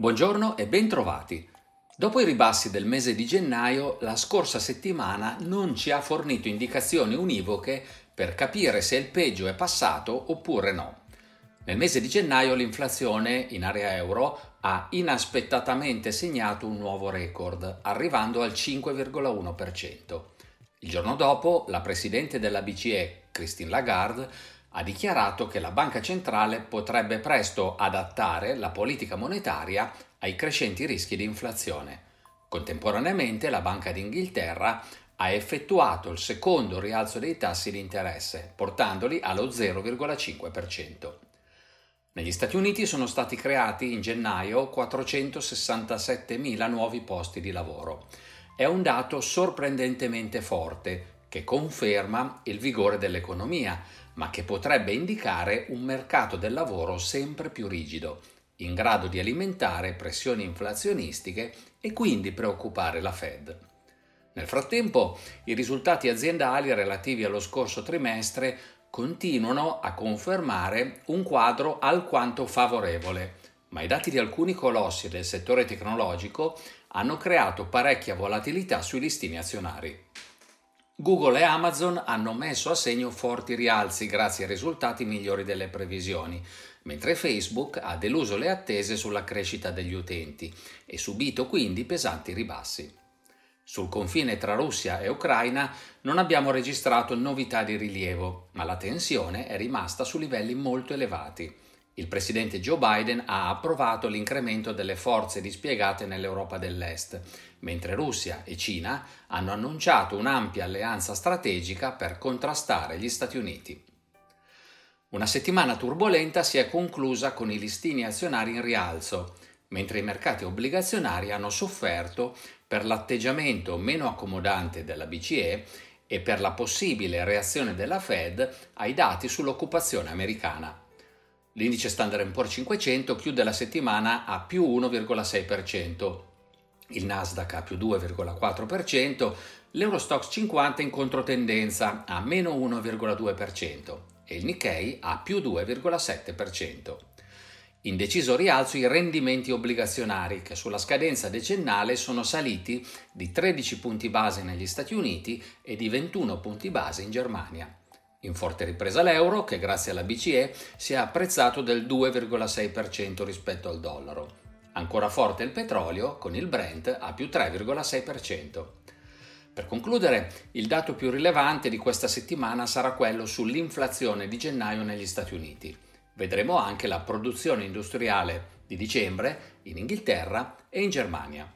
Buongiorno e bentrovati. Dopo i ribassi del mese di gennaio, la scorsa settimana non ci ha fornito indicazioni univoche per capire se il peggio è passato oppure no. Nel mese di gennaio l'inflazione in area euro ha inaspettatamente segnato un nuovo record, arrivando al 5,1%. Il giorno dopo, la presidente della BCE, Christine Lagarde, ha dichiarato che la banca centrale potrebbe presto adattare la politica monetaria ai crescenti rischi di inflazione. Contemporaneamente la Banca d'Inghilterra ha effettuato il secondo rialzo dei tassi di interesse, portandoli allo 0,5%. Negli Stati Uniti sono stati creati in gennaio 467.000 nuovi posti di lavoro. È un dato sorprendentemente forte che conferma il vigore dell'economia, ma che potrebbe indicare un mercato del lavoro sempre più rigido, in grado di alimentare pressioni inflazionistiche e quindi preoccupare la Fed. Nel frattempo, i risultati aziendali relativi allo scorso trimestre continuano a confermare un quadro alquanto favorevole, ma i dati di alcuni colossi del settore tecnologico hanno creato parecchia volatilità sui listini azionari. Google e Amazon hanno messo a segno forti rialzi grazie ai risultati migliori delle previsioni, mentre Facebook ha deluso le attese sulla crescita degli utenti e subito quindi pesanti ribassi. Sul confine tra Russia e Ucraina non abbiamo registrato novità di rilievo, ma la tensione è rimasta su livelli molto elevati. Il presidente Joe Biden ha approvato l'incremento delle forze dispiegate nell'Europa dell'Est, mentre Russia e Cina hanno annunciato un'ampia alleanza strategica per contrastare gli Stati Uniti. Una settimana turbolenta si è conclusa con i listini azionari in rialzo, mentre i mercati obbligazionari hanno sofferto per l'atteggiamento meno accomodante della BCE e per la possibile reazione della Fed ai dati sull'occupazione americana. L'indice Standard & Poor's 500 chiude la settimana a più 1,6%, il Nasdaq a più 2,4%, l'Eurostoxx 50 in controtendenza a meno 1,2% e il Nikkei a più 2,7%. In deciso rialzo i rendimenti obbligazionari che sulla scadenza decennale sono saliti di 13 punti base negli Stati Uniti e di 21 punti base in Germania. In forte ripresa l'euro, che grazie alla BCE si è apprezzato del 2,6% rispetto al dollaro. Ancora forte il petrolio, con il Brent a più 3,6%. Per concludere, il dato più rilevante di questa settimana sarà quello sull'inflazione di gennaio negli Stati Uniti. Vedremo anche la produzione industriale di dicembre in Inghilterra e in Germania.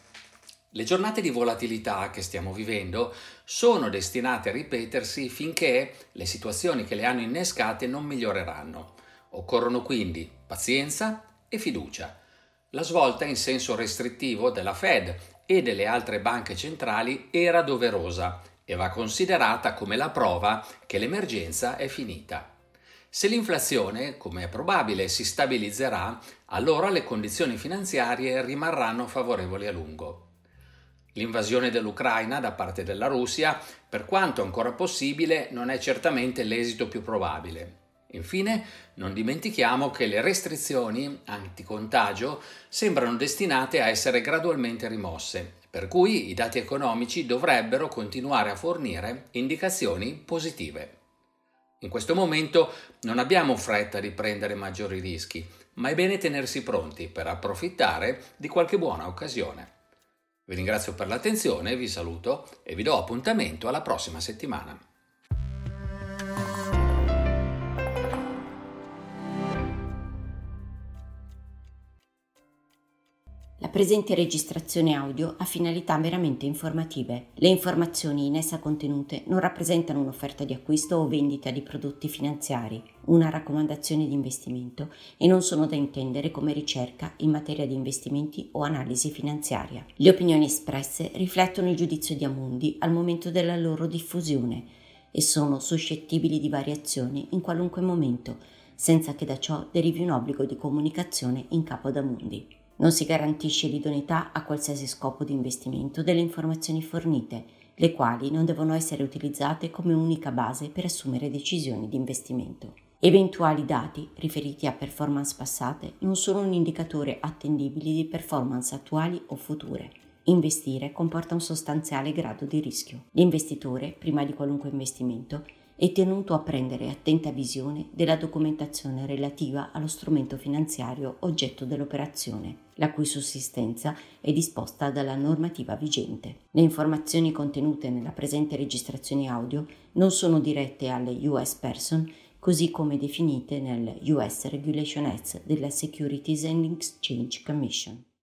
Le giornate di volatilità che stiamo vivendo sono destinate a ripetersi finché le situazioni che le hanno innescate non miglioreranno. Occorrono quindi pazienza e fiducia. La svolta in senso restrittivo della Fed e delle altre banche centrali era doverosa e va considerata come la prova che l'emergenza è finita. Se l'inflazione, come è probabile, si stabilizzerà, allora le condizioni finanziarie rimarranno favorevoli a lungo. L'invasione dell'Ucraina da parte della Russia, per quanto ancora possibile, non è certamente l'esito più probabile. Infine, non dimentichiamo che le restrizioni anticontagio sembrano destinate a essere gradualmente rimosse, per cui i dati economici dovrebbero continuare a fornire indicazioni positive. In questo momento non abbiamo fretta di prendere maggiori rischi, ma è bene tenersi pronti per approfittare di qualche buona occasione. Vi ringrazio per l'attenzione, vi saluto e vi do appuntamento alla prossima settimana. La presente registrazione audio ha finalità meramente informative. Le informazioni in essa contenute non rappresentano un'offerta di acquisto o vendita di prodotti finanziari, una raccomandazione di investimento e non sono da intendere come ricerca in materia di investimenti o analisi finanziaria. Le opinioni espresse riflettono il giudizio di Amundi al momento della loro diffusione e sono suscettibili di variazioni in qualunque momento, senza che da ciò derivi un obbligo di comunicazione in capo ad Amundi. Non si garantisce l'idoneità a qualsiasi scopo di investimento delle informazioni fornite le quali non devono essere utilizzate come unica base per assumere decisioni di investimento. Eventuali dati riferiti a performance passate non sono un indicatore attendibile di performance attuali o future. Investire comporta un sostanziale grado di rischio. L'investitore, prima di qualunque investimento, è tenuto a prendere attenta visione della documentazione relativa allo strumento finanziario oggetto dell'operazione, la cui sussistenza è disposta dalla normativa vigente. Le informazioni contenute nella presente registrazione audio non sono dirette alle US Person, così come definite nel US Regulation Act della Securities and Exchange Commission.